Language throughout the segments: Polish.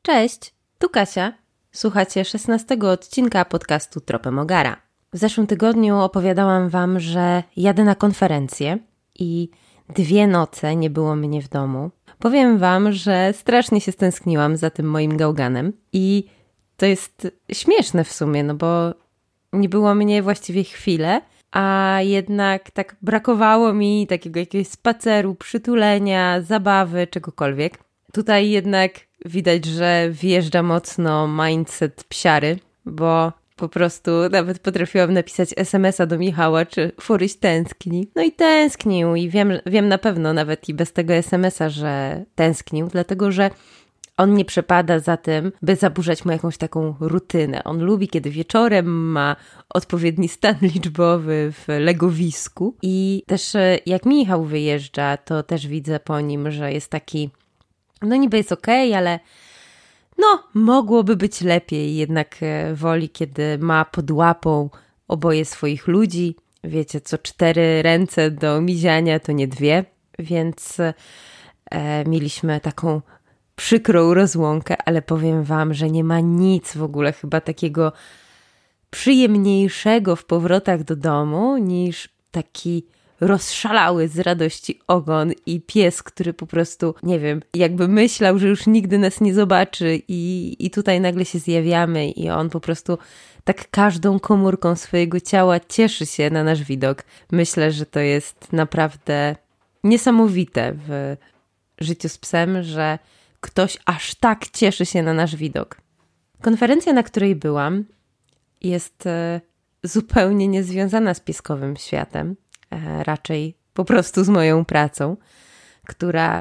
Cześć, tu Kasia. Słuchacie 16 odcinka podcastu Tropem Ogara. W zeszłym tygodniu opowiadałam Wam, że jadę na konferencję i 2 noce nie było mnie w domu. Powiem Wam, że strasznie się stęskniłam za tym moim gałganem i to jest śmieszne w sumie, no bo nie było mnie właściwie chwilę, a jednak tak brakowało mi takiego jakiegoś spaceru, przytulenia, zabawy, czegokolwiek. Tutaj jednak widać, że wjeżdża mocno mindset psiary, bo po prostu nawet potrafiłam napisać SMS-a do Michała, czy Furyś tęskni. No i tęsknił i wiem na pewno nawet i bez tego SMS-a, że tęsknił, dlatego że on nie przepada za tym, by zaburzać mu jakąś taką rutynę. On lubi, kiedy wieczorem ma odpowiedni stan liczbowy w legowisku i też jak Michał wyjeżdża, to też widzę po nim, że jest taki, no niby jest okej, ale no mogłoby być lepiej, jednak woli, kiedy ma pod łapą oboje swoich ludzi. Wiecie, co 4 ręce do miziania to nie 2, więc mieliśmy taką przykrą rozłąkę, ale powiem Wam, że nie ma nic w ogóle chyba takiego przyjemniejszego w powrotach do domu niż taki rozszalały z radości ogon i pies, który po prostu, nie wiem, jakby myślał, że już nigdy nas nie zobaczy i tutaj nagle się zjawiamy i on po prostu tak każdą komórką swojego ciała cieszy się na nasz widok. Myślę, że to jest naprawdę niesamowite w życiu z psem, że ktoś aż tak cieszy się na nasz widok. Konferencja, na której byłam, jest zupełnie niezwiązana z pieskowym światem. Raczej po prostu z moją pracą, która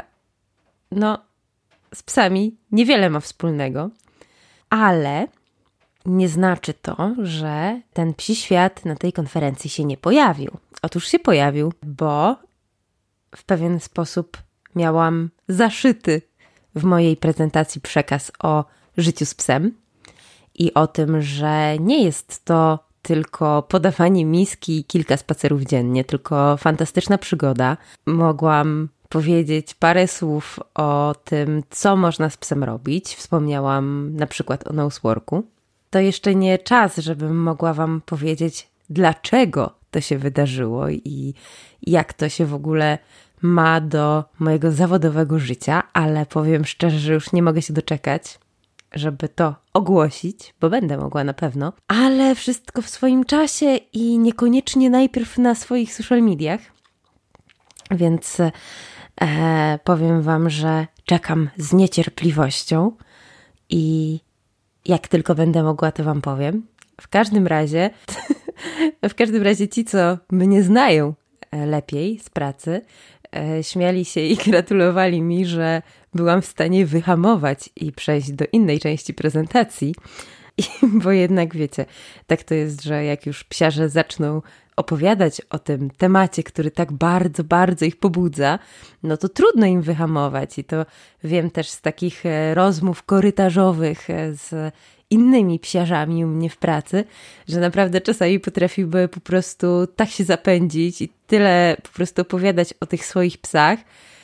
z psami niewiele ma wspólnego, ale nie znaczy to, że ten psi świat na tej konferencji się nie pojawił. Otóż się pojawił, bo w pewien sposób miałam zaszyty w mojej prezentacji przekaz o życiu z psem i o tym, że nie jest to tylko podawanie miski i kilka spacerów dziennie, tylko fantastyczna przygoda. Mogłam powiedzieć parę słów o tym, co można z psem robić. Wspomniałam na przykład o noseworku. To jeszcze nie czas, żebym mogła Wam powiedzieć, dlaczego to się wydarzyło i jak to się w ogóle ma do mojego zawodowego życia, ale powiem szczerze, że już nie mogę się doczekać, żeby to ogłosić, bo będę mogła na pewno, ale wszystko w swoim czasie i niekoniecznie najpierw na swoich social mediach, więc powiem Wam, że czekam z niecierpliwością i jak tylko będę mogła, to Wam powiem. W każdym razie ci, co mnie znają lepiej z pracy, śmiali się i gratulowali mi, że byłam w stanie wyhamować i przejść do innej części prezentacji, bo jednak wiecie, tak to jest, że jak już psiarze zaczną opowiadać o tym temacie, który tak bardzo, bardzo ich pobudza, no to trudno im wyhamować i to wiem też z takich rozmów korytarzowych z innymi psiarzami u mnie w pracy, że naprawdę czasami potrafiłby po prostu tak się zapędzić i tyle po prostu opowiadać o tych swoich psach,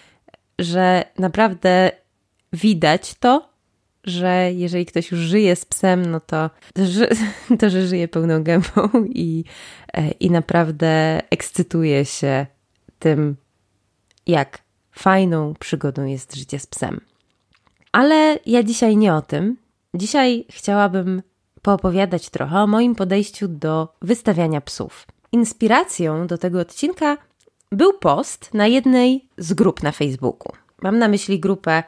że naprawdę widać to, że jeżeli ktoś już żyje z psem, no to że żyje pełną gębą i naprawdę ekscytuje się tym, jak fajną przygodą jest życie z psem. Ale ja dzisiaj nie o tym. Dzisiaj chciałabym poopowiadać trochę o moim podejściu do wystawiania psów. Inspiracją do tego odcinka był post na jednej z grup na Facebooku. Mam na myśli grupę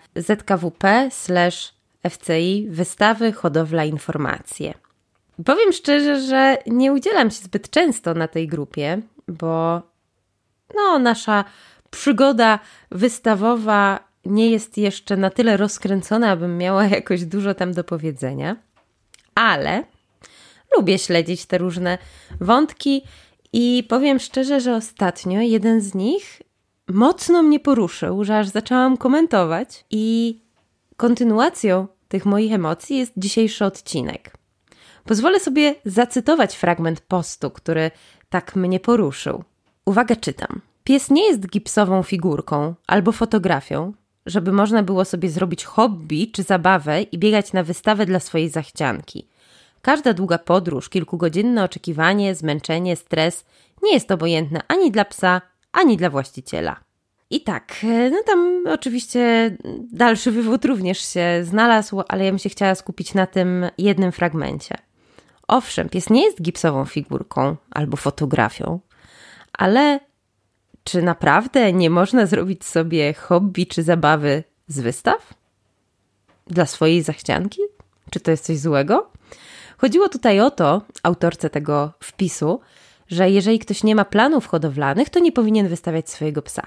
ZKWP/FCI Wystawy, Hodowla, Informacje. Powiem szczerze, że nie udzielam się zbyt często na tej grupie, bo nasza przygoda wystawowa nie jest jeszcze na tyle rozkręcona, abym miała jakoś dużo tam do powiedzenia, ale lubię śledzić te różne wątki i powiem szczerze, że ostatnio jeden z nich mocno mnie poruszył, że aż zaczęłam komentować i kontynuacją tych moich emocji jest dzisiejszy odcinek. Pozwolę sobie zacytować fragment postu, który tak mnie poruszył. Uwaga, czytam. Pies nie jest gipsową figurką albo fotografią, żeby można było sobie zrobić hobby czy zabawę i biegać na wystawę dla swojej zachcianki. Każda długa podróż, kilkugodzinne oczekiwanie, zmęczenie, stres nie jest obojętne ani dla psa, ani dla właściciela. I tak, no tam oczywiście dalszy wywód również się znalazł, ale ja bym się chciała skupić na tym jednym fragmencie. Owszem, pies nie jest gipsową figurką albo fotografią, ale czy naprawdę nie można zrobić sobie hobby czy zabawy z wystaw? Dla swojej zachcianki? Czy to jest coś złego? Chodziło tutaj o to, autorce tego wpisu, że jeżeli ktoś nie ma planów hodowlanych, to nie powinien wystawiać swojego psa.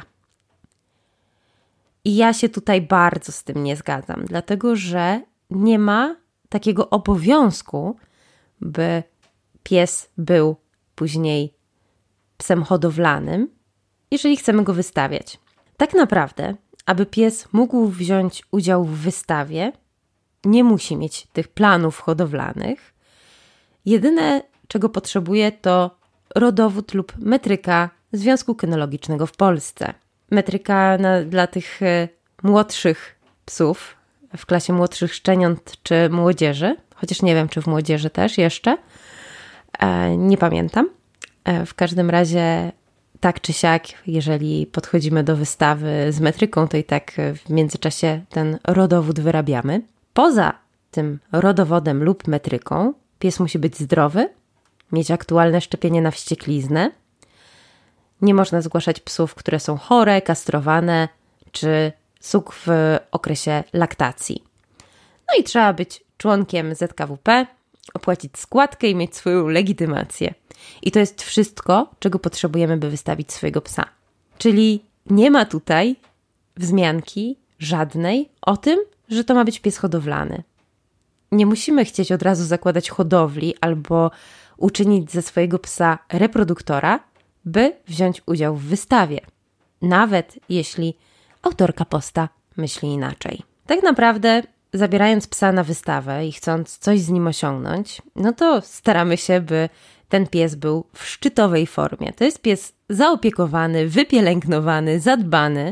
I ja się tutaj bardzo z tym nie zgadzam, dlatego że nie ma takiego obowiązku, by pies był później psem hodowlanym, jeżeli chcemy go wystawiać. Tak naprawdę, aby pies mógł wziąć udział w wystawie, nie musi mieć tych planów hodowlanych. Jedyne, czego potrzebuje, to rodowód lub metryka Związku Kynologicznego w Polsce. Metryka dla tych młodszych psów, w klasie młodszych szczeniąt czy młodzieży, chociaż nie wiem, czy w młodzieży też jeszcze, nie pamiętam. W każdym razie tak czy siak, jeżeli podchodzimy do wystawy z metryką, to i tak w międzyczasie ten rodowód wyrabiamy. Poza tym rodowodem lub metryką pies musi być zdrowy, mieć aktualne szczepienie na wściekliznę. Nie można zgłaszać psów, które są chore, kastrowane czy suk w okresie laktacji. No i trzeba być członkiem ZKWP, opłacić składkę i mieć swoją legitymację. I to jest wszystko, czego potrzebujemy, by wystawić swojego psa. Czyli nie ma tutaj wzmianki żadnej o tym, że to ma być pies hodowlany. Nie musimy chcieć od razu zakładać hodowli albo uczynić ze swojego psa reproduktora, by wziąć udział w wystawie. Nawet jeśli autorka posta myśli inaczej. Tak naprawdę zabierając psa na wystawę i chcąc coś z nim osiągnąć, no to staramy się, by ten pies był w szczytowej formie. To jest pies zaopiekowany, wypielęgnowany, zadbany,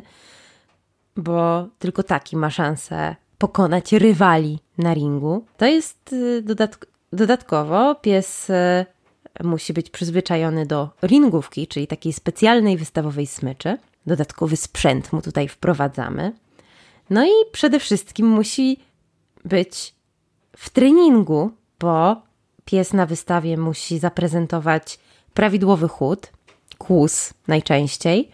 bo tylko taki ma szansę pokonać rywali na ringu. To jest dodatkowo pies musi być przyzwyczajony do ringówki, czyli takiej specjalnej wystawowej smyczy. Dodatkowy sprzęt mu tutaj wprowadzamy. No i przede wszystkim musi być w treningu, bo pies na wystawie musi zaprezentować prawidłowy chód, kłus najczęściej.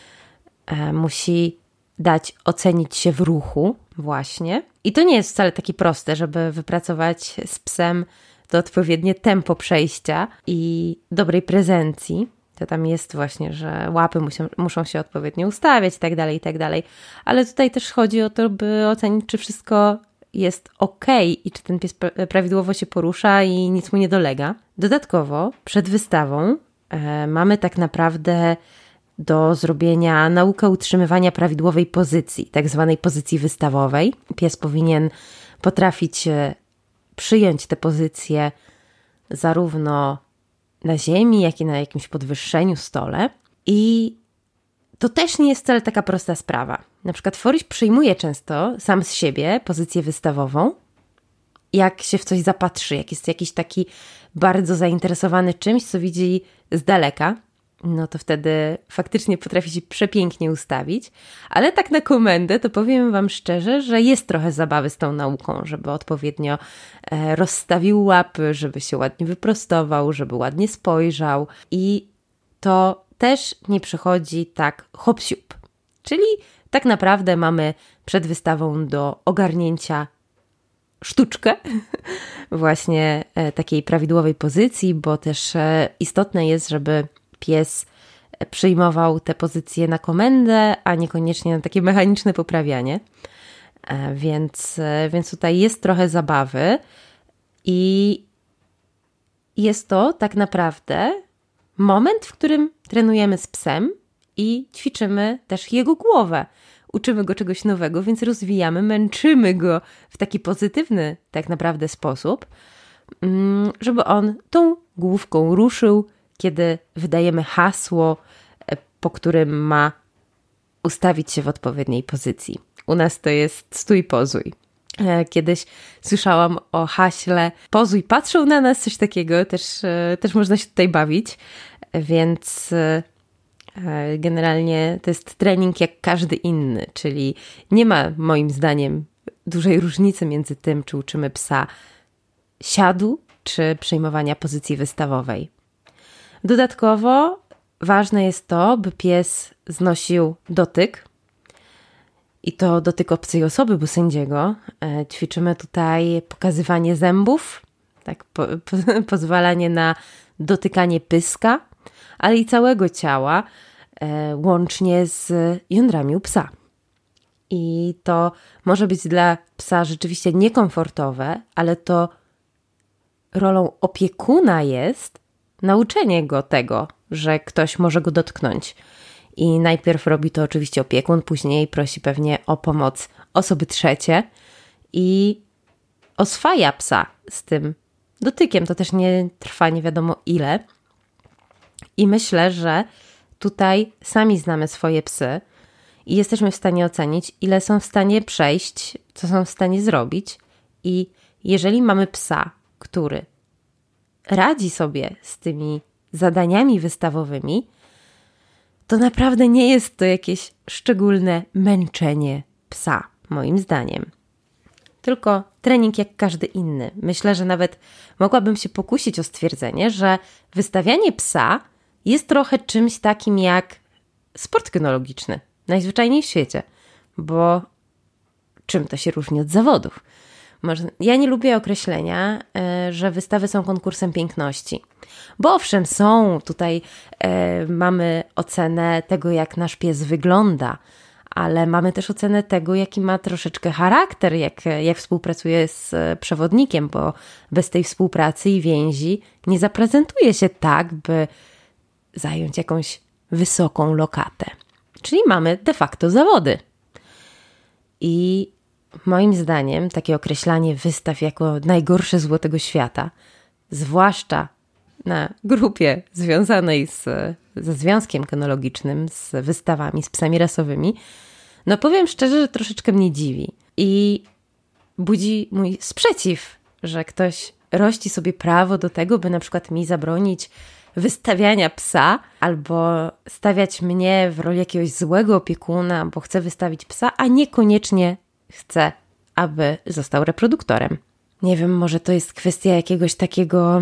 Musi ocenić się w ruchu właśnie. I to nie jest wcale takie proste, żeby wypracować z psem to odpowiednie tempo przejścia i dobrej prezencji. To tam jest właśnie, że łapy muszą się odpowiednio ustawiać i tak dalej. Ale tutaj też chodzi o to, by ocenić, czy wszystko jest okej i czy ten pies prawidłowo się porusza i nic mu nie dolega. Dodatkowo przed wystawą mamy tak naprawdę do zrobienia naukę utrzymywania prawidłowej pozycji, tak zwanej pozycji wystawowej. Pies powinien potrafić przyjąć tę pozycję zarówno na ziemi, jak i na jakimś podwyższeniu stole. I to też nie jest wcale taka prosta sprawa. Na przykład Foryś przyjmuje często sam z siebie pozycję wystawową, jak się w coś zapatrzy, jak jest jakiś taki bardzo zainteresowany czymś, co widzi z daleka, no to wtedy faktycznie potrafi się przepięknie ustawić, ale tak na komendę to powiem Wam szczerze, że jest trochę zabawy z tą nauką, żeby odpowiednio rozstawił łapy, żeby się ładnie wyprostował, żeby ładnie spojrzał i to też nie przychodzi tak hop-siup. Czyli tak naprawdę mamy przed wystawą do ogarnięcia sztuczkę właśnie takiej prawidłowej pozycji, bo też istotne jest, żeby pies przyjmował te pozycje na komendę, a niekoniecznie na takie mechaniczne poprawianie. Więc tutaj jest trochę zabawy i jest to tak naprawdę moment, w którym trenujemy z psem i ćwiczymy też jego głowę. Uczymy go czegoś nowego, więc rozwijamy, męczymy go w taki pozytywny tak naprawdę sposób, żeby on tą główką ruszył, kiedy wydajemy hasło, po którym ma ustawić się w odpowiedniej pozycji. U nas to jest stój, pozuj. Kiedyś słyszałam o haśle pozuj, patrzą na nas, coś takiego, też można się tutaj bawić, więc generalnie to jest trening jak każdy inny, czyli nie ma moim zdaniem dużej różnicy między tym, czy uczymy psa siadu, czy przejmowania pozycji wystawowej. Dodatkowo ważne jest to, by pies znosił dotyk, i to dotyk obcej osoby, bo sędziego. Ćwiczymy tutaj pokazywanie zębów, tak, pozwalanie na dotykanie pyska, ale i całego ciała, łącznie z jądrami u psa. I to może być dla psa rzeczywiście niekomfortowe, ale to rolą opiekuna jest nauczenie go tego, że ktoś może go dotknąć. I najpierw robi to oczywiście opiekun, później prosi pewnie o pomoc osoby trzecie i oswaja psa z tym dotykiem. To też nie trwa nie wiadomo ile. I myślę, że tutaj sami znamy swoje psy i jesteśmy w stanie ocenić, ile są w stanie przejść, co są w stanie zrobić. I jeżeli mamy psa, który radzi sobie z tymi zadaniami wystawowymi, to naprawdę nie jest to jakieś szczególne męczenie psa, moim zdaniem. Tylko trening jak każdy inny. Myślę, że nawet mogłabym się pokusić o stwierdzenie, że wystawianie psa jest trochę czymś takim jak sport kynologiczny. Najzwyczajniej w świecie. Bo czym to się różni od zawodów? Ja nie lubię określenia, że wystawy są konkursem piękności. Bo owszem, są tutaj, mamy ocenę tego, jak nasz pies wygląda, ale mamy też ocenę tego, jaki ma troszeczkę charakter, jak współpracuje z przewodnikiem, bo bez tej współpracy i więzi nie zaprezentuje się tak, by zająć jakąś wysoką lokatę. Czyli mamy de facto zawody. I moim zdaniem takie określanie wystaw jako najgorsze zło tego świata, zwłaszcza na grupie związanej ze związkiem kynologicznym, z wystawami, z psami rasowymi, no powiem szczerze, że troszeczkę mnie dziwi. I budzi mój sprzeciw, że ktoś rości sobie prawo do tego, by na przykład mi zabronić wystawiania psa albo stawiać mnie w roli jakiegoś złego opiekuna, bo chce wystawić psa, a niekoniecznie chce, aby został reproduktorem. Nie wiem, może to jest kwestia jakiegoś takiego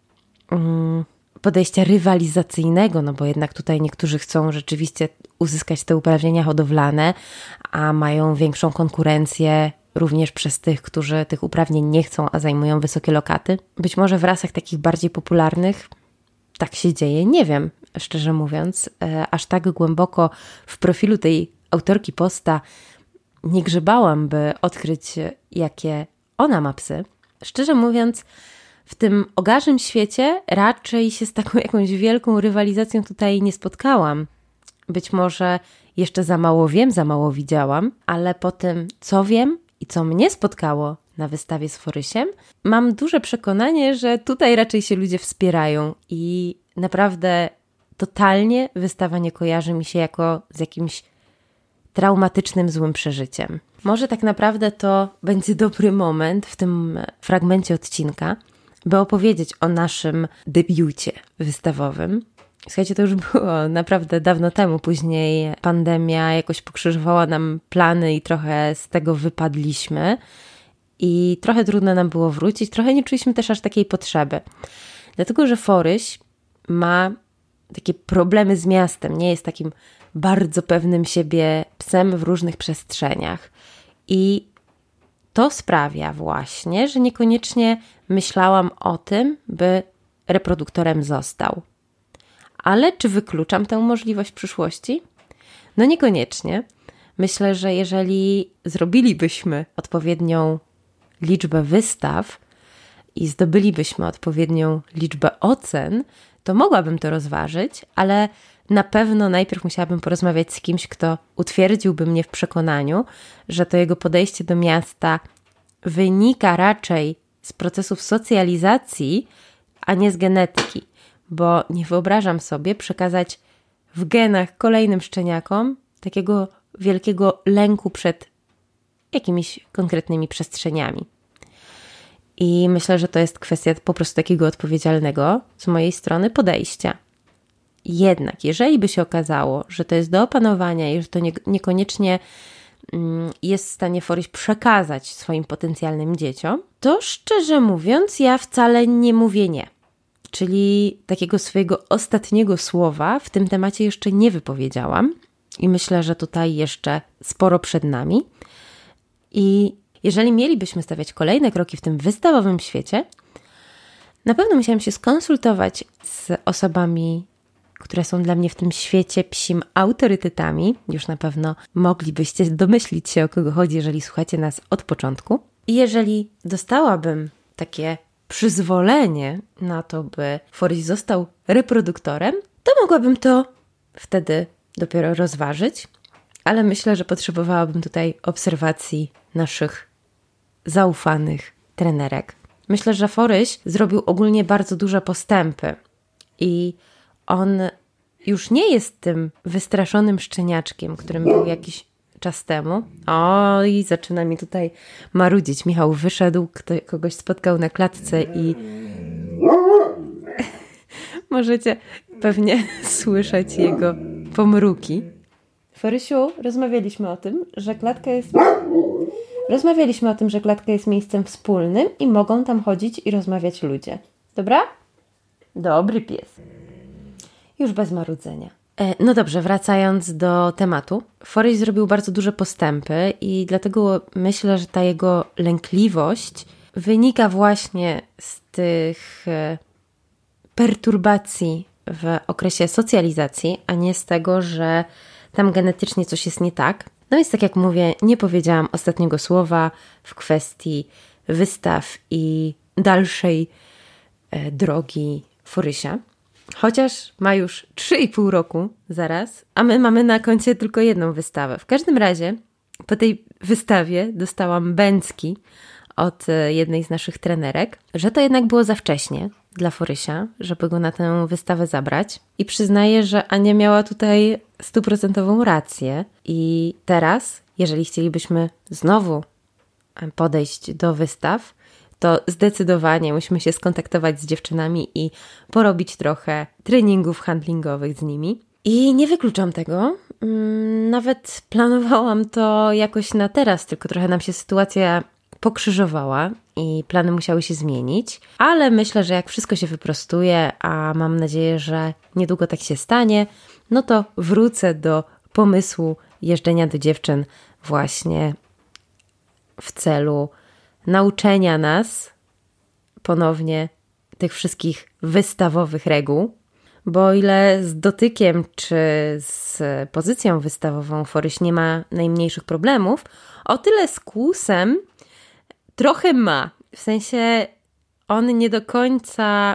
podejścia rywalizacyjnego, no bo jednak tutaj niektórzy chcą rzeczywiście uzyskać te uprawnienia hodowlane, a mają większą konkurencję również przez tych, którzy tych uprawnień nie chcą, a zajmują wysokie lokaty. Być może w rasach takich bardziej popularnych tak się dzieje, nie wiem, szczerze mówiąc. Aż tak głęboko w profilu tej autorki posta nie grzebałam, by odkryć, jakie ona ma psy. Szczerze mówiąc, w tym ogarzym świecie raczej się z taką jakąś wielką rywalizacją tutaj nie spotkałam. Być może jeszcze za mało wiem, za mało widziałam, ale po tym, co wiem i co mnie spotkało na wystawie z Forysiem, mam duże przekonanie, że tutaj raczej się ludzie wspierają i naprawdę totalnie wystawa nie kojarzy mi się jako z jakimś traumatycznym, złym przeżyciem. Może tak naprawdę to będzie dobry moment w tym fragmencie odcinka, by opowiedzieć o naszym debiucie wystawowym. Słuchajcie, to już było naprawdę dawno temu. Później pandemia jakoś pokrzyżowała nam plany i trochę z tego wypadliśmy. I trochę trudno nam było wrócić. Trochę nie czuliśmy też aż takiej potrzeby. Dlatego, że Foryś ma takie problemy z miastem. Nie jest takim bardzo pewnym siebie psem w różnych przestrzeniach. I to sprawia właśnie, że niekoniecznie myślałam o tym, by reproduktorem został. Ale czy wykluczam tę możliwość w przyszłości? No niekoniecznie. Myślę, że jeżeli zrobilibyśmy odpowiednią liczbę wystaw i zdobylibyśmy odpowiednią liczbę ocen, to mogłabym to rozważyć, ale na pewno najpierw musiałabym porozmawiać z kimś, kto utwierdziłby mnie w przekonaniu, że to jego podejście do miasta wynika raczej z procesów socjalizacji, a nie z genetyki, bo nie wyobrażam sobie przekazać w genach kolejnym szczeniakom takiego wielkiego lęku przed jakimiś konkretnymi przestrzeniami. I myślę, że to jest kwestia po prostu takiego odpowiedzialnego z mojej strony podejścia. Jednak, jeżeli by się okazało, że to jest do opanowania i że to niekoniecznie jest w stanie Foryś przekazać swoim potencjalnym dzieciom, to szczerze mówiąc, ja wcale nie mówię nie. Czyli takiego swojego ostatniego słowa w tym temacie jeszcze nie wypowiedziałam i myślę, że tutaj jeszcze sporo przed nami. I jeżeli mielibyśmy stawiać kolejne kroki w tym wystawowym świecie, na pewno musiałam się skonsultować z osobami, które są dla mnie w tym świecie psim autorytetami. Już na pewno moglibyście domyślić się, o kogo chodzi, jeżeli słuchacie nas od początku. I jeżeli dostałabym takie przyzwolenie na to, by Foryś został reproduktorem, to mogłabym to wtedy dopiero rozważyć, ale myślę, że potrzebowałabym tutaj obserwacji naszych zaufanych trenerek. Myślę, że Foryś zrobił ogólnie bardzo duże postępy i on już nie jest tym wystraszonym szczeniaczkiem, którym był jakiś czas temu. O, i zaczyna mi tutaj marudzić. Michał wyszedł, kogoś spotkał na klatce i możecie pewnie słyszeć jego pomruki. Forysiu, rozmawialiśmy o tym, że klatka jest miejscem wspólnym i mogą tam chodzić i rozmawiać ludzie. Dobra? Dobry pies. Już bez marudzenia. No dobrze, wracając do tematu. Foryś zrobił bardzo duże postępy i dlatego myślę, że ta jego lękliwość wynika właśnie z tych perturbacji w okresie socjalizacji, a nie z tego, że tam genetycznie coś jest nie tak. No więc tak jak mówię, nie powiedziałam ostatniego słowa w kwestii wystaw i dalszej drogi Forysia. Chociaż ma już 3,5 roku zaraz, a my mamy na koncie tylko jedną wystawę. W każdym razie po tej wystawie dostałam bęcki od jednej z naszych trenerek, że to jednak było za wcześnie dla Forysia, żeby go na tę wystawę zabrać. I przyznaję, że Ania miała tutaj 100% rację. I teraz, jeżeli chcielibyśmy znowu podejść do wystaw, to zdecydowanie musimy się skontaktować z dziewczynami i porobić trochę treningów handlingowych z nimi. I nie wykluczam tego. Nawet planowałam to jakoś na teraz, tylko trochę nam się sytuacja pokrzyżowała i plany musiały się zmienić. Ale myślę, że jak wszystko się wyprostuje, a mam nadzieję, że niedługo tak się stanie, no to wrócę do pomysłu jeżdżenia do dziewczyn właśnie w celu nauczenia nas ponownie tych wszystkich wystawowych reguł, bo o ile z dotykiem czy z pozycją wystawową Foryś nie ma najmniejszych problemów, o tyle z kłusem trochę ma. W sensie on nie do końca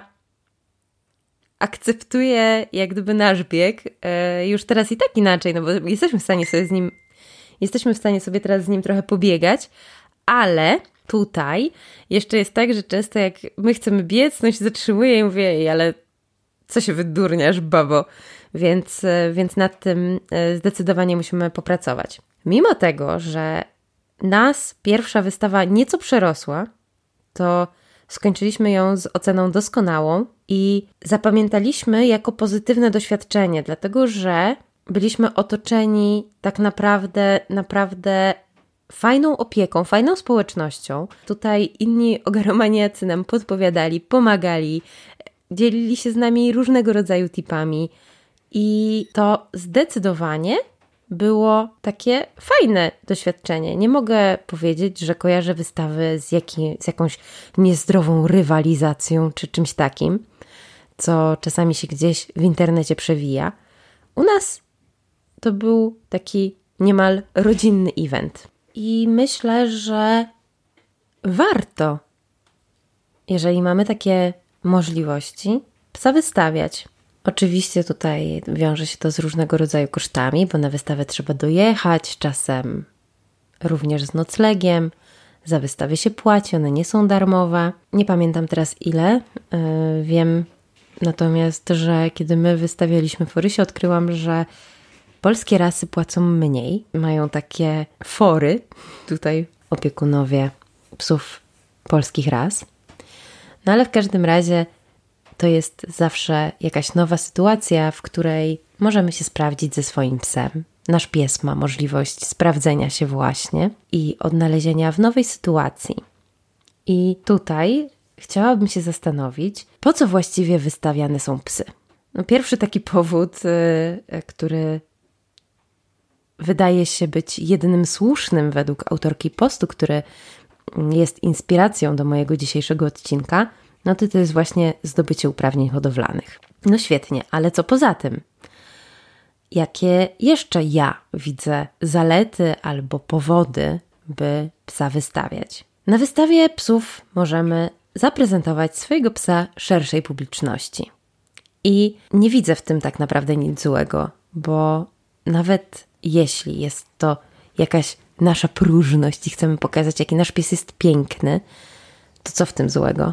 akceptuje jak gdyby nasz bieg. Już teraz i tak inaczej, no bo jesteśmy w stanie sobie teraz z nim trochę pobiegać, ale tutaj jeszcze jest tak, że często jak my chcemy biec, no się zatrzymuje i mówię, ej, ale co się wydurniasz, babo? Więc nad tym zdecydowanie musimy popracować. Mimo tego, że nas pierwsza wystawa nieco przerosła, to skończyliśmy ją z oceną doskonałą i zapamiętaliśmy jako pozytywne doświadczenie, dlatego że byliśmy otoczeni tak naprawdę fajną opieką, fajną społecznością. Tutaj inni ogaromaniacy nam podpowiadali, pomagali, dzielili się z nami różnego rodzaju tipami i to zdecydowanie było takie fajne doświadczenie. Nie mogę powiedzieć, że kojarzę wystawy z jakąś niezdrową rywalizacją czy czymś takim, co czasami się gdzieś w internecie przewija. U nas to był taki niemal rodzinny event. I myślę, że warto, jeżeli mamy takie możliwości, psa wystawiać. Oczywiście tutaj wiąże się to z różnego rodzaju kosztami, bo na wystawę trzeba dojechać, czasem również z noclegiem. Za wystawę się płaci, one nie są darmowe. Nie pamiętam teraz ile. Wiem natomiast, że kiedy my wystawialiśmy Forysia, odkryłam, że Polskie rasy płacą mniej, mają takie fory, tutaj opiekunowie psów polskich ras. No ale w każdym razie to jest zawsze jakaś nowa sytuacja, w której możemy się sprawdzić ze swoim psem. Nasz pies ma możliwość sprawdzenia się właśnie i odnalezienia w nowej sytuacji. I tutaj chciałabym się zastanowić, po co właściwie wystawiane są psy. No, pierwszy taki powód, który wydaje się być jedynym słusznym według autorki postu, który jest inspiracją do mojego dzisiejszego odcinka, no to jest właśnie zdobycie uprawnień hodowlanych. No świetnie, ale co poza tym? Jakie jeszcze ja widzę zalety albo powody, by psa wystawiać? Na wystawie psów możemy zaprezentować swojego psa szerszej publiczności. I nie widzę w tym tak naprawdę nic złego, bo nawet jeśli jest to jakaś nasza próżność i chcemy pokazać, jaki nasz pies jest piękny, to co w tym złego?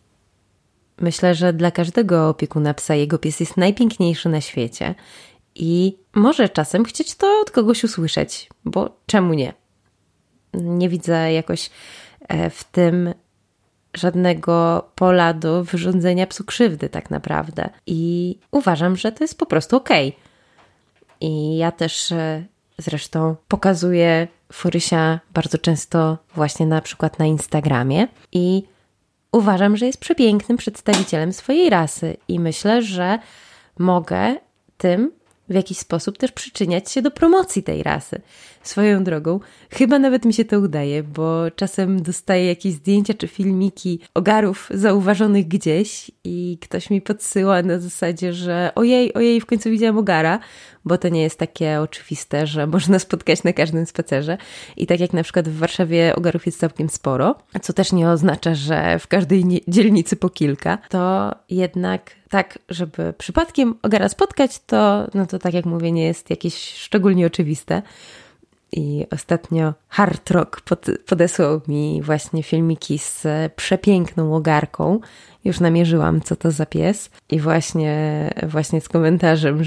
Myślę, że dla każdego opiekuna psa jego pies jest najpiękniejszy na świecie i może czasem chcieć to od kogoś usłyszeć, bo czemu nie? Nie widzę jakoś w tym żadnego pola do wyrządzenia psu krzywdy tak naprawdę. I uważam, że to jest po prostu okej. I ja też zresztą pokazuję Forysia bardzo często właśnie na przykład na Instagramie i uważam, że jest przepięknym przedstawicielem swojej rasy i myślę, że mogę tym w jakiś sposób też przyczyniać się do promocji tej rasy. Swoją drogą, chyba nawet mi się to udaje, bo czasem dostaję jakieś zdjęcia czy filmiki ogarów zauważonych gdzieś i ktoś mi podsyła na zasadzie, że ojej, w końcu widziałam ogara, bo to nie jest takie oczywiste, że można spotkać na każdym spacerze. I tak jak na przykład w Warszawie ogarów jest całkiem sporo, co też nie oznacza, że w każdej dzielnicy po kilka, to jednak tak, żeby przypadkiem ogara spotkać, to tak jak mówię, nie jest jakieś szczególnie oczywiste. I ostatnio Hard Rock podesłał mi właśnie filmiki z przepiękną ogarką. Już namierzyłam, co to za pies. I właśnie z komentarzem,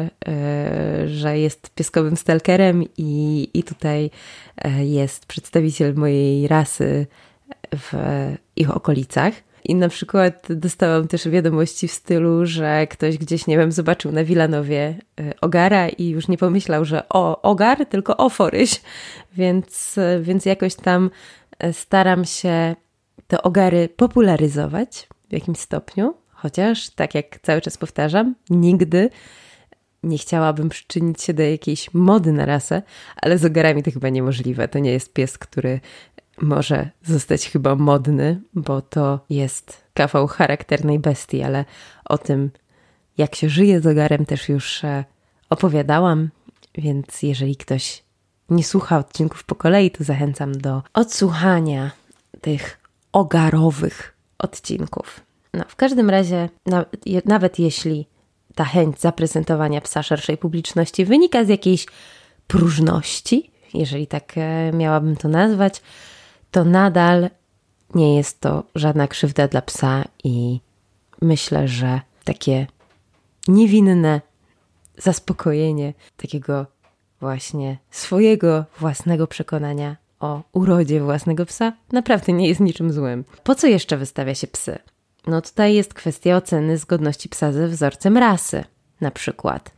że jest pieskowym stalkerem i tutaj jest przedstawiciel mojej rasy w ich okolicach. I na przykład dostałam też wiadomości w stylu, że ktoś gdzieś, nie wiem, zobaczył na Wilanowie ogara i już nie pomyślał, że ogar, tylko Foryś. Więc jakoś tam staram się te ogary popularyzować w jakimś stopniu. Chociaż, tak jak cały czas powtarzam, nigdy nie chciałabym przyczynić się do jakiejś mody na rasę, ale z ogarami to chyba niemożliwe. To nie jest pies, który może zostać chyba modny, bo to jest kawał charakternej bestii, ale o tym, jak się żyje z ogarem, też już opowiadałam, więc jeżeli ktoś nie słucha odcinków po kolei, to zachęcam do odsłuchania tych ogarowych odcinków. No, w każdym razie, nawet jeśli ta chęć zaprezentowania psa szerszej publiczności wynika z jakiejś próżności, jeżeli tak miałabym to nazwać, to nadal nie jest to żadna krzywda dla psa i myślę, że takie niewinne zaspokojenie takiego właśnie swojego własnego przekonania o urodzie własnego psa naprawdę nie jest niczym złym. Po co jeszcze wystawia się psy? No tutaj jest kwestia oceny zgodności psa ze wzorcem rasy na przykład.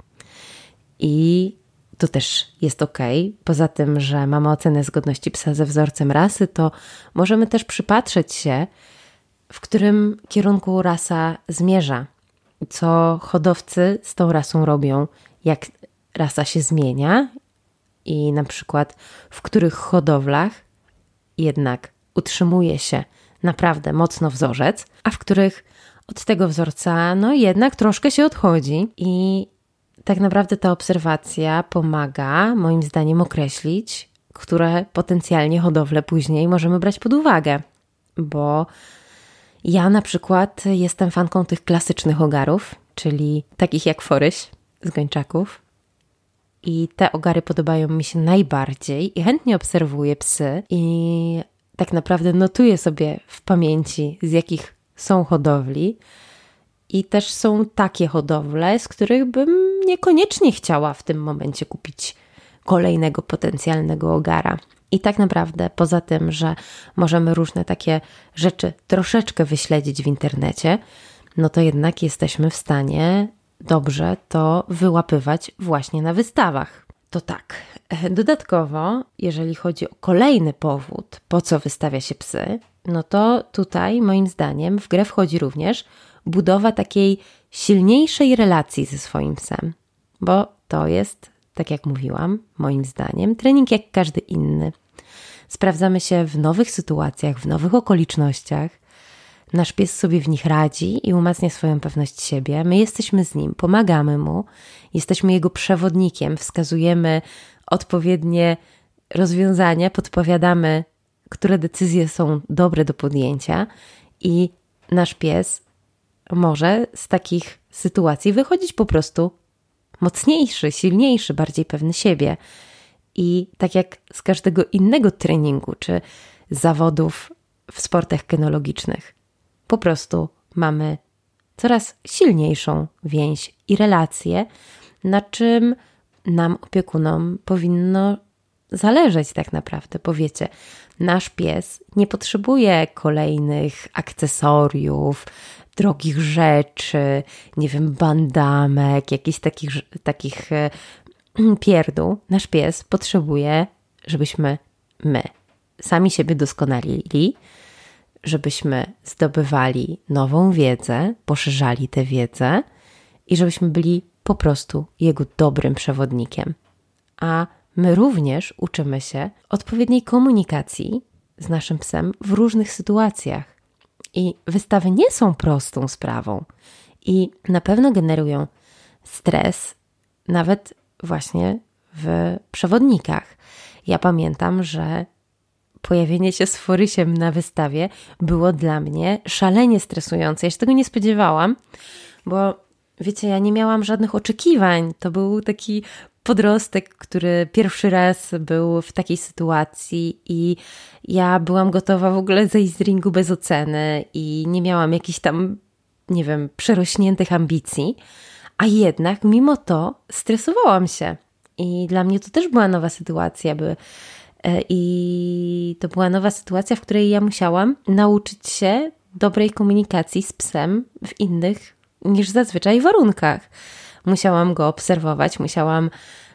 I to też jest okej. Poza tym, że mamy ocenę zgodności psa ze wzorcem rasy, to możemy też przypatrzeć się, w którym kierunku rasa zmierza. Co hodowcy z tą rasą robią, jak rasa się zmienia i na przykład w których hodowlach jednak utrzymuje się naprawdę mocno wzorzec, a w których od tego wzorca jednak troszkę się odchodzi i tak naprawdę ta obserwacja pomaga, moim zdaniem, określić, które potencjalnie hodowle później możemy brać pod uwagę. Bo ja na przykład jestem fanką tych klasycznych ogarów, czyli takich jak Foryś z Gończaków. I te ogary podobają mi się najbardziej i chętnie obserwuję psy i tak naprawdę notuję sobie w pamięci, z jakich są hodowli. I też są takie hodowle, z których bym niekoniecznie chciała w tym momencie kupić kolejnego potencjalnego ogara. I tak naprawdę poza tym, że możemy różne takie rzeczy troszeczkę wyśledzić w internecie, no to jednak jesteśmy w stanie dobrze to wyłapywać właśnie na wystawach. To tak. Dodatkowo, jeżeli chodzi o kolejny powód, po co wystawia się psy, no to tutaj moim zdaniem w grę wchodzi również budowa takiej silniejszej relacji ze swoim psem, bo to jest, tak jak mówiłam, moim zdaniem trening jak każdy inny. Sprawdzamy się w nowych sytuacjach, w nowych okolicznościach. Nasz pies sobie w nich radzi i umacnia swoją pewność siebie. My jesteśmy z nim, pomagamy mu, jesteśmy jego przewodnikiem, wskazujemy odpowiednie rozwiązania, podpowiadamy, które decyzje są dobre do podjęcia i nasz pies może z takich sytuacji wychodzić po prostu mocniejszy, silniejszy, bardziej pewny siebie. I tak jak z każdego innego treningu czy zawodów w sportach kynologicznych, po prostu mamy coraz silniejszą więź i relację, na czym nam, opiekunom, powinno zależeć tak naprawdę. Bo wiecie, nasz pies nie potrzebuje kolejnych akcesoriów, drogich rzeczy, nie wiem, bandamek, jakichś takich pierdół. Nasz pies potrzebuje, żebyśmy my sami siebie doskonalili, żebyśmy zdobywali nową wiedzę, poszerzali tę wiedzę i żebyśmy byli po prostu jego dobrym przewodnikiem. A my również uczymy się odpowiedniej komunikacji z naszym psem w różnych sytuacjach. I wystawy nie są prostą sprawą i na pewno generują stres, nawet właśnie w przewodnikach. Ja pamiętam, że pojawienie się z Forysiem na wystawie było dla mnie szalenie stresujące. Ja się tego nie spodziewałam, bo wiecie, ja nie miałam żadnych oczekiwań. To był taki podrostek, który pierwszy raz był w takiej sytuacji i ja byłam gotowa w ogóle zejść z ringu bez oceny i nie miałam jakichś tam, nie wiem, przerośniętych ambicji, a jednak mimo to stresowałam się i dla mnie to też była nowa sytuacja, i to była nowa sytuacja, w której ja musiałam nauczyć się dobrej komunikacji z psem w innych niż zazwyczaj warunkach. Musiałam go obserwować, musiałam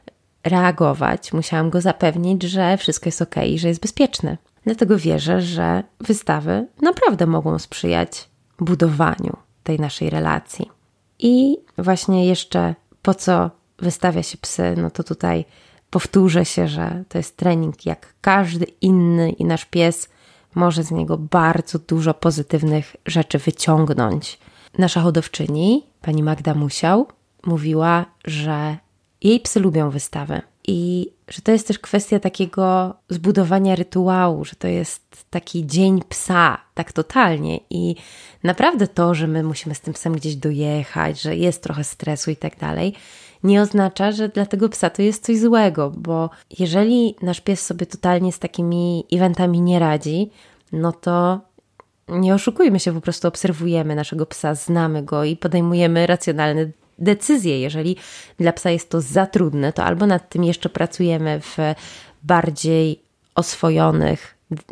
reagować, musiałam go zapewnić, że wszystko jest okej i że jest bezpieczne. Dlatego wierzę, że wystawy naprawdę mogą sprzyjać budowaniu tej naszej relacji. I właśnie jeszcze po co wystawia się psy, no to tutaj powtórzę się, że to jest trening jak każdy inny i nasz pies może z niego bardzo dużo pozytywnych rzeczy wyciągnąć. Nasza hodowczyni, pani Magda Musiał, mówiła, że jej psy lubią wystawy i że to jest też kwestia takiego zbudowania rytuału, że to jest taki dzień psa, tak totalnie i naprawdę to, że my musimy z tym psem gdzieś dojechać, że jest trochę stresu i tak dalej, nie oznacza, że dla tego psa to jest coś złego, bo jeżeli nasz pies sobie totalnie z takimi eventami nie radzi, no to nie oszukujmy się, po prostu obserwujemy naszego psa, znamy go i podejmujemy racjonalne decyzje. Jeżeli dla psa jest to za trudne, to albo nad tym jeszcze pracujemy w bardziej oswojonych,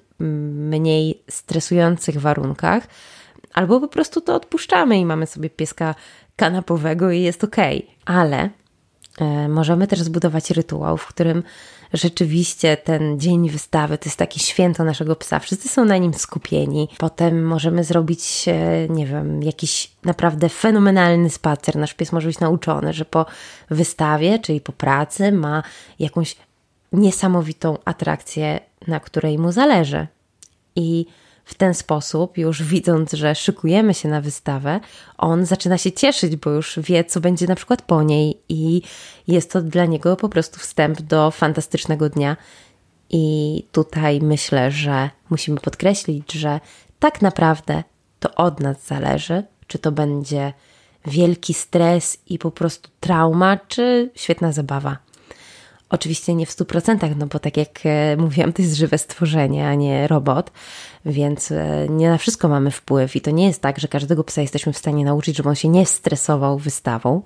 mniej stresujących warunkach, albo po prostu to odpuszczamy i mamy sobie pieska kanapowego i jest okej. Ale możemy też zbudować rytuał, w którym rzeczywiście ten dzień wystawy to jest takie święto naszego psa. Wszyscy są na nim skupieni. Potem możemy zrobić, nie wiem, jakiś naprawdę fenomenalny spacer. Nasz pies może być nauczony, że po wystawie, czyli po pracy ma jakąś niesamowitą atrakcję, na której mu zależy. I w ten sposób, już widząc, że szykujemy się na wystawę, on zaczyna się cieszyć, bo już wie, co będzie na przykład po niej i jest to dla niego po prostu wstęp do fantastycznego dnia. I tutaj myślę, że musimy podkreślić, że tak naprawdę to od nas zależy, czy to będzie wielki stres i po prostu trauma, czy świetna zabawa. Oczywiście nie w 100%, no bo tak jak mówiłam, to jest żywe stworzenie, a nie robot, więc nie na wszystko mamy wpływ i to nie jest tak, że każdego psa jesteśmy w stanie nauczyć, żeby on się nie stresował wystawą,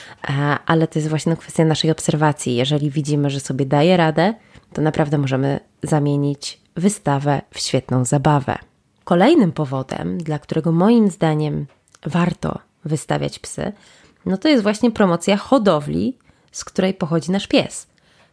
ale to jest właśnie kwestia naszej obserwacji. Jeżeli widzimy, że sobie daje radę, to naprawdę możemy zamienić wystawę w świetną zabawę. Kolejnym powodem, dla którego moim zdaniem warto wystawiać psy, no to jest właśnie promocja hodowli, z której pochodzi nasz pies.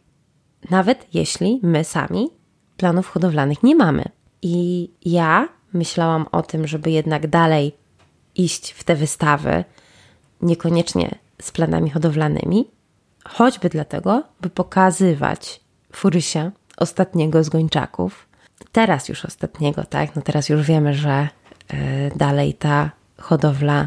Nawet jeśli my sami planów hodowlanych nie mamy. I ja myślałam o tym, żeby jednak dalej iść w te wystawy, niekoniecznie z planami hodowlanymi, choćby dlatego, by pokazywać Furysia, ostatniego z gończaków. Teraz już ostatniego, tak? No teraz już wiemy, że dalej ta hodowla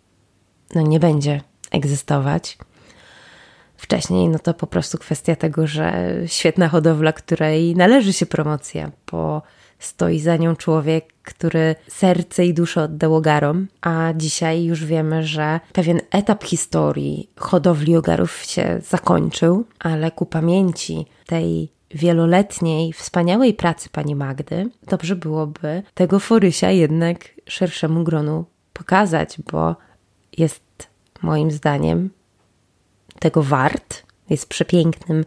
nie będzie egzystować. Wcześniej no to po prostu kwestia tego, że świetna hodowla, której należy się promocja, bo stoi za nią człowiek, który serce i duszę oddał ogarom, a dzisiaj już wiemy, że pewien etap historii hodowli ogarów się zakończył, ale ku pamięci tej wieloletniej, wspaniałej pracy pani Magdy, dobrze byłoby tego Furysia jednak szerszemu gronu pokazać, bo jest moim zdaniem tego wart. Jest przepięknym,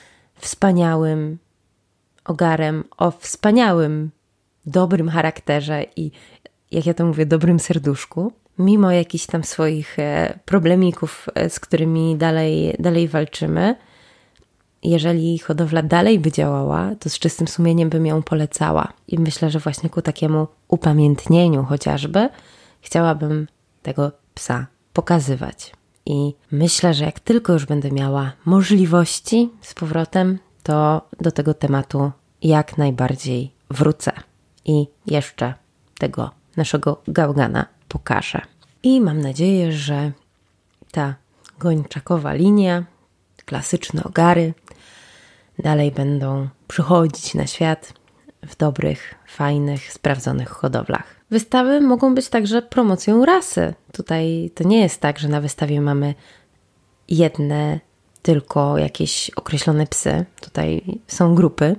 wspaniałym ogarem o wspaniałym, dobrym charakterze i, jak ja to mówię, dobrym serduszku. Mimo jakichś tam swoich problemików, z którymi dalej walczymy, jeżeli hodowla dalej by działała, to z czystym sumieniem bym ją polecała. I myślę, że właśnie ku takiemu upamiętnieniu chociażby chciałabym tego psa pokazywać. I myślę, że jak tylko już będę miała możliwości z powrotem, to do tego tematu jak najbardziej wrócę. I jeszcze tego naszego gałgana pokażę. I mam nadzieję, że ta gończakowa linia, klasyczne ogary, dalej będą przychodzić na świat w dobrych, fajnych, sprawdzonych hodowlach. Wystawy mogą być także promocją rasy. Tutaj to nie jest tak, że na wystawie mamy jedne tylko jakieś określone psy. Tutaj są grupy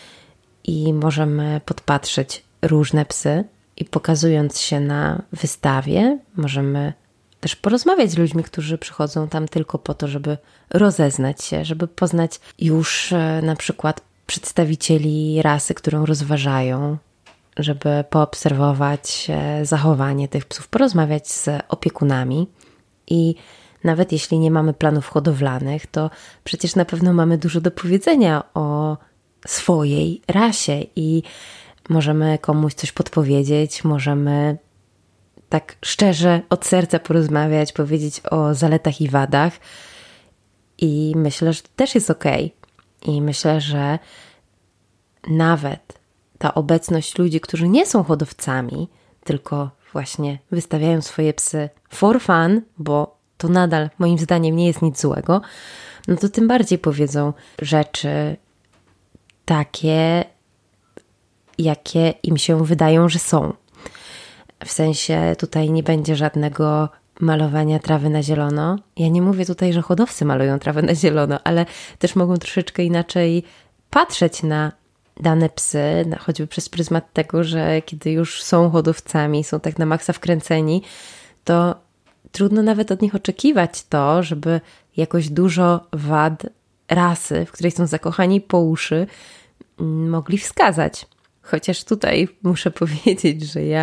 i możemy podpatrzeć różne psy i pokazując się na wystawie możemy też porozmawiać z ludźmi, którzy przychodzą tam tylko po to, żeby rozeznać się, żeby poznać już na przykład przedstawicieli rasy, którą rozważają, żeby poobserwować zachowanie tych psów, porozmawiać z opiekunami i nawet jeśli nie mamy planów hodowlanych, to przecież na pewno mamy dużo do powiedzenia o swojej rasie i możemy komuś coś podpowiedzieć, możemy tak szczerze od serca porozmawiać, powiedzieć o zaletach i wadach i myślę, że to też jest okej. I myślę, że nawet ta obecność ludzi, którzy nie są hodowcami, tylko właśnie wystawiają swoje psy for fun, bo to nadal moim zdaniem nie jest nic złego, no to tym bardziej powiedzą rzeczy takie, jakie im się wydają, że są. W sensie tutaj nie będzie żadnego malowania trawy na zielono. Ja nie mówię tutaj, że hodowcy malują trawę na zielono, ale też mogą troszeczkę inaczej patrzeć na dane psy, choćby przez pryzmat tego, że kiedy już są hodowcami, są tak na maksa wkręceni, to trudno nawet od nich oczekiwać to, żeby jakoś dużo wad rasy, w której są zakochani po uszy, mogli wskazać. Chociaż tutaj muszę powiedzieć, że ja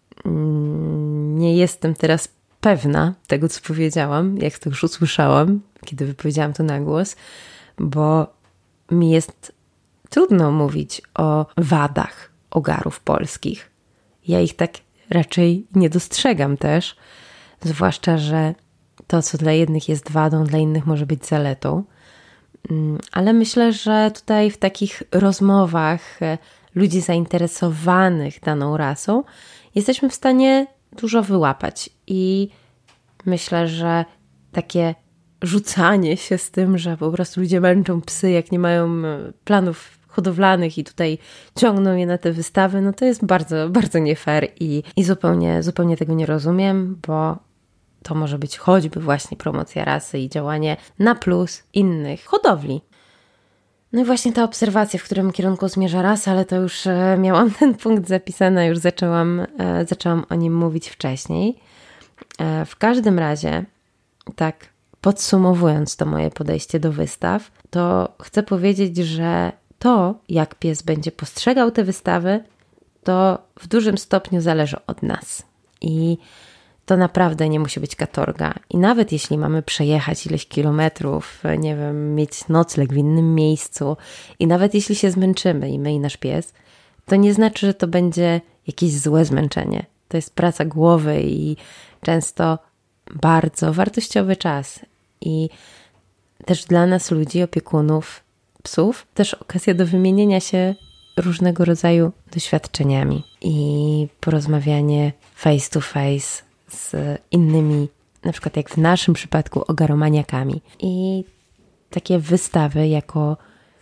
nie jestem teraz pewna tego, co powiedziałam, jak to już usłyszałam, kiedy wypowiedziałam to na głos, bo mi jest trudno mówić o wadach ogarów polskich. Ja ich tak raczej nie dostrzegam też, zwłaszcza, że to, co dla jednych jest wadą, dla innych może być zaletą. Ale myślę, że tutaj w takich rozmowach ludzi zainteresowanych daną rasą jesteśmy w stanie dużo wyłapać i myślę, że takie rzucanie się z tym, że po prostu ludzie męczą psy, jak nie mają planów hodowlanych i tutaj ciągną je na te wystawy, no to jest bardzo, bardzo nie fair i zupełnie tego nie rozumiem, bo to może być choćby właśnie promocja rasy i działanie na plus innych hodowli. No i właśnie ta obserwacja, w którym kierunku zmierza rasa, ale to już miałam ten punkt zapisany, już zaczęłam o nim mówić wcześniej. W każdym razie, tak podsumowując to moje podejście do wystaw, to chcę powiedzieć, że to, jak pies będzie postrzegał te wystawy, to w dużym stopniu zależy od nas. I to naprawdę nie musi być katorga. I nawet jeśli mamy przejechać ileś kilometrów, nie wiem, mieć nocleg w innym miejscu i nawet jeśli się zmęczymy i my i nasz pies, to nie znaczy, że to będzie jakieś złe zmęczenie. To jest praca głowy i często bardzo wartościowy czas. I też dla nas ludzi, opiekunów psów, też okazja do wymienienia się różnego rodzaju doświadczeniami i porozmawianie face to face z innymi, na przykład jak w naszym przypadku ogaromaniakami. I takie wystawy jako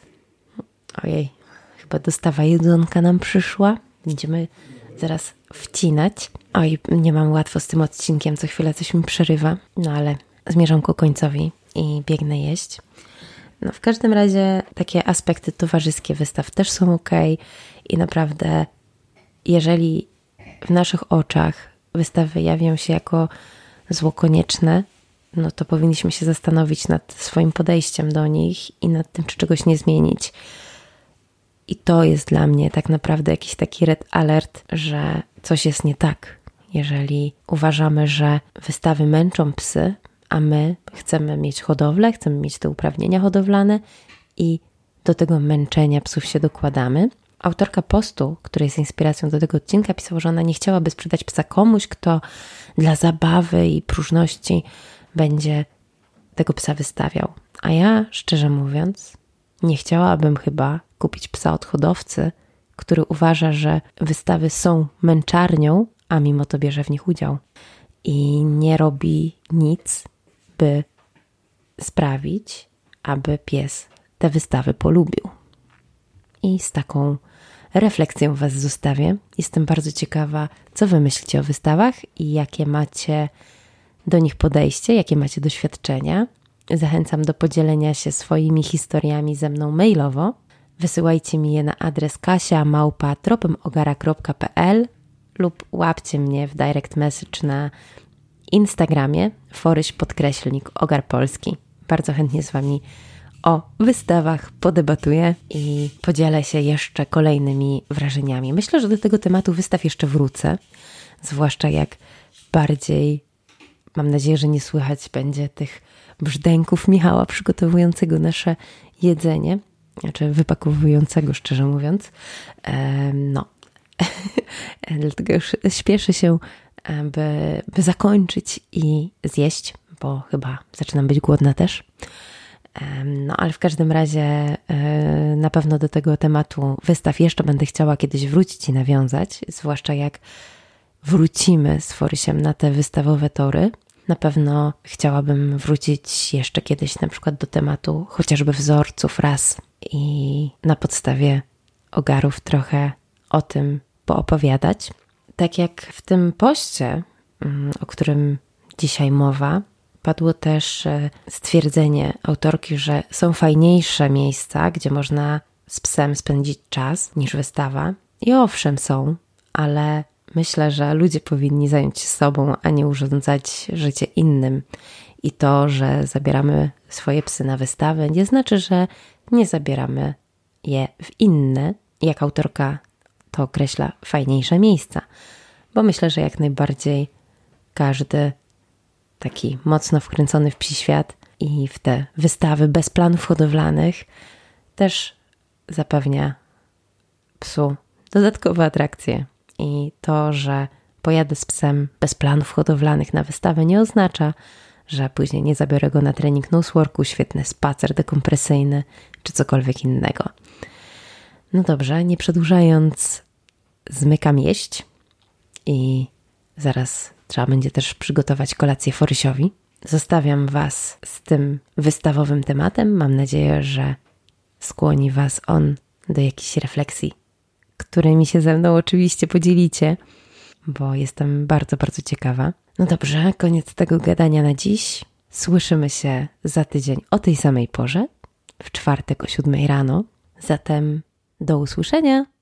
chyba dostawa jedzonka nam przyszła. Będziemy zaraz wcinać. Nie mam łatwo z tym odcinkiem, co chwilę coś mi przerywa, no ale zmierzam ku końcowi i biegnę jeść. No w każdym razie takie aspekty towarzyskie wystaw też są okej i naprawdę jeżeli w naszych oczach wystawy jawią się jako zło konieczne, no to powinniśmy się zastanowić nad swoim podejściem do nich i nad tym, czy czegoś nie zmienić. I to jest dla mnie tak naprawdę jakiś taki red alert, że coś jest nie tak. Jeżeli uważamy, że wystawy męczą psy, a my chcemy mieć hodowlę, chcemy mieć te uprawnienia hodowlane i do tego męczenia psów się dokładamy. Autorka postu, która jest inspiracją do tego odcinka, pisała, że ona nie chciałaby sprzedać psa komuś, kto dla zabawy i próżności będzie tego psa wystawiał. A ja, szczerze mówiąc, nie chciałabym chyba kupić psa od hodowcy, który uważa, że wystawy są męczarnią, a mimo to bierze w nich udział. I nie robi nic, by sprawić, aby pies te wystawy polubił. I z taką refleksją Was zostawię. Jestem bardzo ciekawa, co Wy myślicie o wystawach i jakie macie do nich podejście, jakie macie doświadczenia. Zachęcam do podzielenia się swoimi historiami ze mną mailowo. Wysyłajcie mi je na adres kasia@tropemogara.pl lub łapcie mnie w direct message na Instagramie _ogarpolski. Bardzo chętnie z Wami o wystawach podebatuję i podzielę się jeszcze kolejnymi wrażeniami. Myślę, że do tego tematu wystaw jeszcze wrócę, zwłaszcza jak bardziej, mam nadzieję, że nie słychać będzie tych brzdęków Michała przygotowującego nasze jedzenie, znaczy wypakowującego, szczerze mówiąc. Dlatego już śpieszę się, by zakończyć i zjeść, bo chyba zaczynam być głodna też. No ale w każdym razie na pewno do tego tematu wystaw jeszcze będę chciała kiedyś wrócić i nawiązać, zwłaszcza jak wrócimy z Forysiem na te wystawowe tory. Na pewno chciałabym wrócić jeszcze kiedyś na przykład do tematu chociażby wzorców ras i na podstawie ogarów trochę o tym poopowiadać. Tak jak w tym poście, o którym dzisiaj mowa, padło też stwierdzenie autorki, że są fajniejsze miejsca, gdzie można z psem spędzić czas niż wystawa. I owszem są, ale myślę, że ludzie powinni zająć się sobą, a nie urządzać życie innym. I to, że zabieramy swoje psy na wystawy, nie znaczy, że nie zabieramy je w inne, jak autorka to określa, fajniejsze miejsca. Bo myślę, że jak najbardziej każdy taki mocno wkręcony w psi świat i w te wystawy bez planów hodowlanych też zapewnia psu dodatkowe atrakcje. I to, że pojadę z psem bez planów hodowlanych na wystawę, nie oznacza, że później nie zabiorę go na trening noseworku, świetny spacer dekompresyjny czy cokolwiek innego. No dobrze, nie przedłużając, zmykam jeść i zaraz trzeba będzie też przygotować kolację Forysiowi. Zostawiam Was z tym wystawowym tematem. Mam nadzieję, że skłoni Was on do jakichś refleksji, którymi się ze mną oczywiście podzielicie, bo jestem bardzo, bardzo ciekawa. No dobrze, koniec tego gadania na dziś. Słyszymy się za tydzień o tej samej porze. w czwartek o 7 rano. Zatem do usłyszenia.